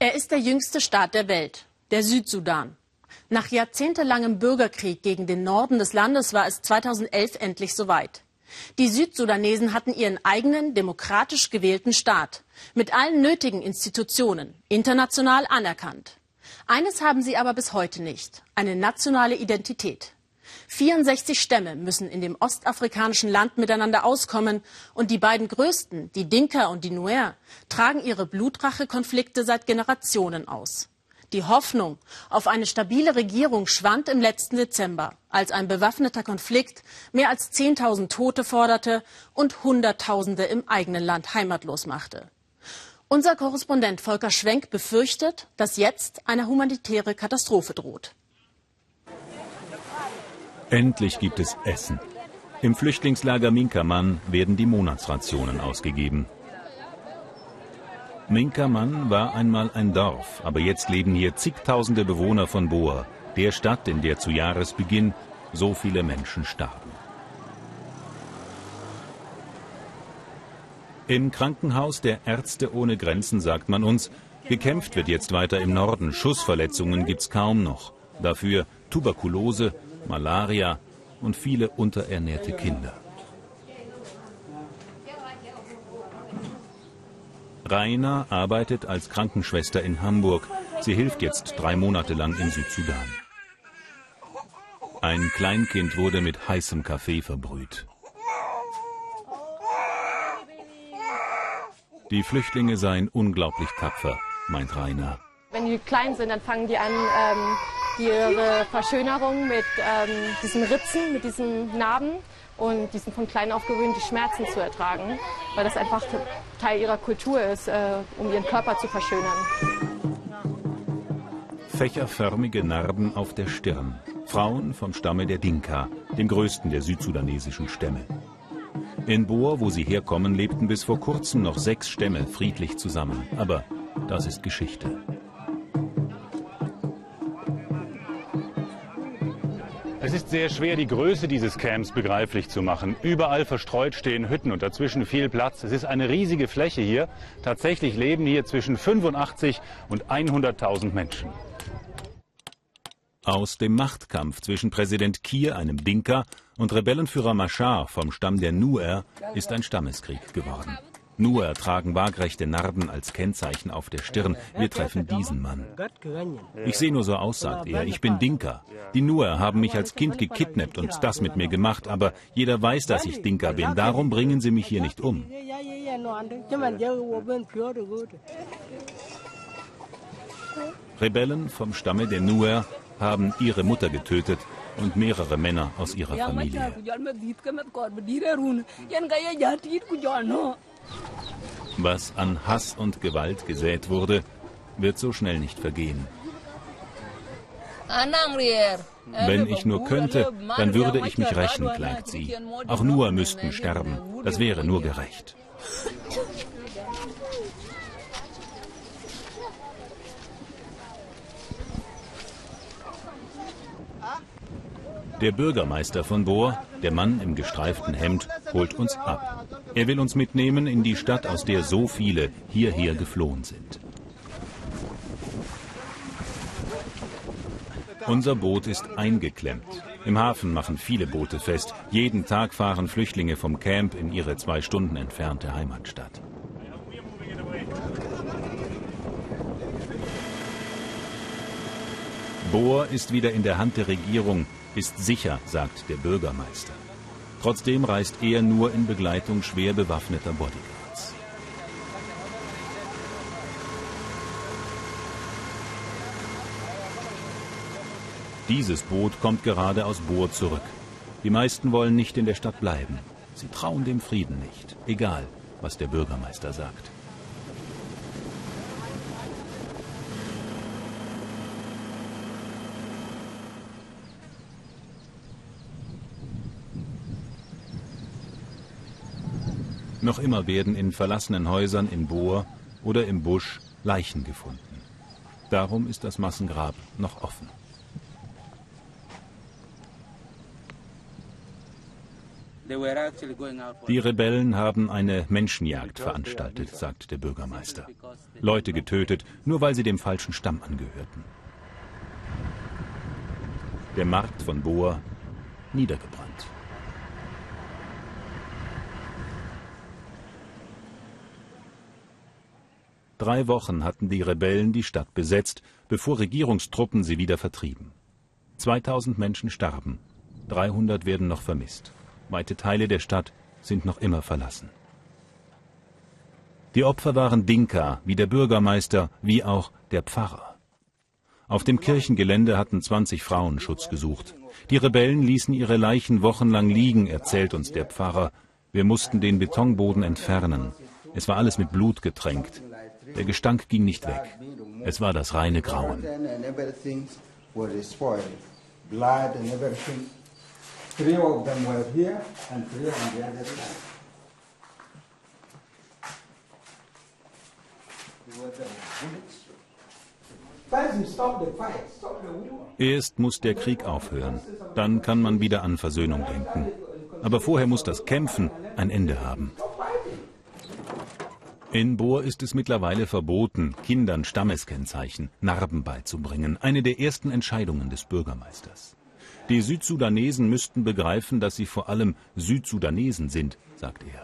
Er ist der jüngste Staat der Welt, der Südsudan. Nach jahrzehntelangem Bürgerkrieg gegen den Norden des Landes war es 2011 endlich soweit. Die Südsudanesen hatten ihren eigenen, demokratisch gewählten Staat, mit allen nötigen Institutionen, international anerkannt. Eines haben sie aber bis heute nicht, eine nationale Identität. 64 Stämme müssen in dem ostafrikanischen Land miteinander auskommen und die beiden größten, die Dinka und die Nuer, tragen ihre Blutrache-Konflikte seit Generationen aus. Die Hoffnung auf eine stabile Regierung schwand im letzten Dezember, als ein bewaffneter Konflikt mehr als 10.000 Tote forderte und Hunderttausende im eigenen Land heimatlos machte. Unser Korrespondent Volker Schwenk befürchtet, dass jetzt eine humanitäre Katastrophe droht. Endlich gibt es Essen. Im Flüchtlingslager Minkaman werden die Monatsrationen ausgegeben. Minkaman war einmal ein Dorf, aber jetzt leben hier zigtausende Bewohner von Bor, der Stadt, in der zu Jahresbeginn so viele Menschen starben. Im Krankenhaus der Ärzte ohne Grenzen sagt man uns, gekämpft wird jetzt weiter im Norden, Schussverletzungen gibt's kaum noch. Dafür Tuberkulose, Malaria und viele unterernährte Kinder. Raina arbeitet als Krankenschwester in Hamburg. Sie hilft jetzt 3 Monate lang in Südsudan. Ein Kleinkind wurde mit heißem Kaffee verbrüht. Die Flüchtlinge seien unglaublich tapfer, meint Raina. Wenn die klein sind, dann fangen die an, ihre Verschönerung mit diesen Ritzen, mit diesen Narben, und die sind von klein auf gewöhnt, die Schmerzen zu ertragen, weil das einfach Teil ihrer Kultur ist, um ihren Körper zu verschönern. Fächerförmige Narben auf der Stirn. Frauen vom Stamme der Dinka, dem größten der südsudanesischen Stämme. In Bor, wo sie herkommen, lebten bis vor kurzem noch 6 Stämme friedlich zusammen. Aber das ist Geschichte. Es ist sehr schwer, die Größe dieses Camps begreiflich zu machen. Überall verstreut stehen Hütten und dazwischen viel Platz. Es ist eine riesige Fläche hier. Tatsächlich leben hier zwischen 85 und 100.000 Menschen. Aus dem Machtkampf zwischen Präsident Kiir, einem Dinka, und Rebellenführer Machar vom Stamm der Nuer ist ein Stammeskrieg geworden. Nuer tragen waagrechte Narben als Kennzeichen auf der Stirn. Wir treffen diesen Mann. Ich sehe nur so aus, sagt er. Ich bin Dinka. Die Nuer haben mich als Kind gekidnappt und das mit mir gemacht. Aber jeder weiß, dass ich Dinka bin. Darum bringen sie mich hier nicht um. Rebellen vom Stamme der Nuer haben ihre Mutter getötet und mehrere Männer aus ihrer Familie. Was an Hass und Gewalt gesät wurde, wird so schnell nicht vergehen. Wenn ich nur könnte, dann würde ich mich rächen, klagt sie. Auch Nuer müssten sterben. Das wäre nur gerecht. Der Bürgermeister von Bor, der Mann im gestreiften Hemd, holt uns ab. Er will uns mitnehmen in die Stadt, aus der so viele hierher geflohen sind. Unser Boot ist eingeklemmt. Im Hafen machen viele Boote fest. Jeden Tag fahren Flüchtlinge vom Camp in ihre 2 Stunden entfernte Heimatstadt. Bor ist wieder in der Hand der Regierung, ist sicher, sagt der Bürgermeister. Trotzdem reist er nur in Begleitung schwer bewaffneter Bodyguards. Dieses Boot kommt gerade aus Bor zurück. Die meisten wollen nicht in der Stadt bleiben. Sie trauen dem Frieden nicht, egal was der Bürgermeister sagt. Noch immer werden in verlassenen Häusern in Bor oder im Busch Leichen gefunden. Darum ist das Massengrab noch offen. Die Rebellen haben eine Menschenjagd veranstaltet, sagt der Bürgermeister. Leute getötet, nur weil sie dem falschen Stamm angehörten. Der Markt von Bor niedergebrannt. Drei Wochen hatten die Rebellen die Stadt besetzt, bevor Regierungstruppen sie wieder vertrieben. 2000 Menschen starben, 300 werden noch vermisst. Weite Teile der Stadt sind noch immer verlassen. Die Opfer waren Dinka, wie der Bürgermeister, wie auch der Pfarrer. Auf dem Kirchengelände hatten 20 Frauen Schutz gesucht. Die Rebellen ließen ihre Leichen wochenlang liegen, erzählt uns der Pfarrer. Wir mussten den Betonboden entfernen. Es war alles mit Blut getränkt. Der Gestank ging nicht weg. Es war das reine Grauen. Erst muss der Krieg aufhören. Dann kann man wieder an Versöhnung denken. Aber vorher muss das Kämpfen ein Ende haben. In Bor ist es mittlerweile verboten, Kindern Stammeskennzeichen, Narben beizubringen. Eine der ersten Entscheidungen des Bürgermeisters. Die Südsudanesen müssten begreifen, dass sie vor allem Südsudanesen sind, sagt er.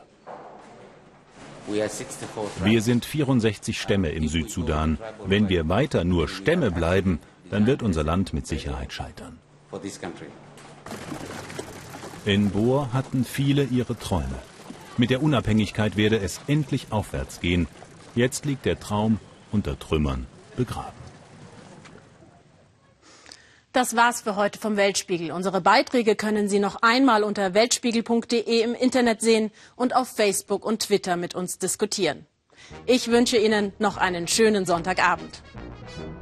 Wir sind 64 Stämme im Südsudan. Wenn wir weiter nur Stämme bleiben, dann wird unser Land mit Sicherheit scheitern. In Bor hatten viele ihre Träume. Mit der Unabhängigkeit werde es endlich aufwärts gehen. Jetzt liegt der Traum unter Trümmern begraben. Das war's für heute vom Weltspiegel. Unsere Beiträge können Sie noch einmal unter weltspiegel.de im Internet sehen und auf Facebook und Twitter mit uns diskutieren. Ich wünsche Ihnen noch einen schönen Sonntagabend.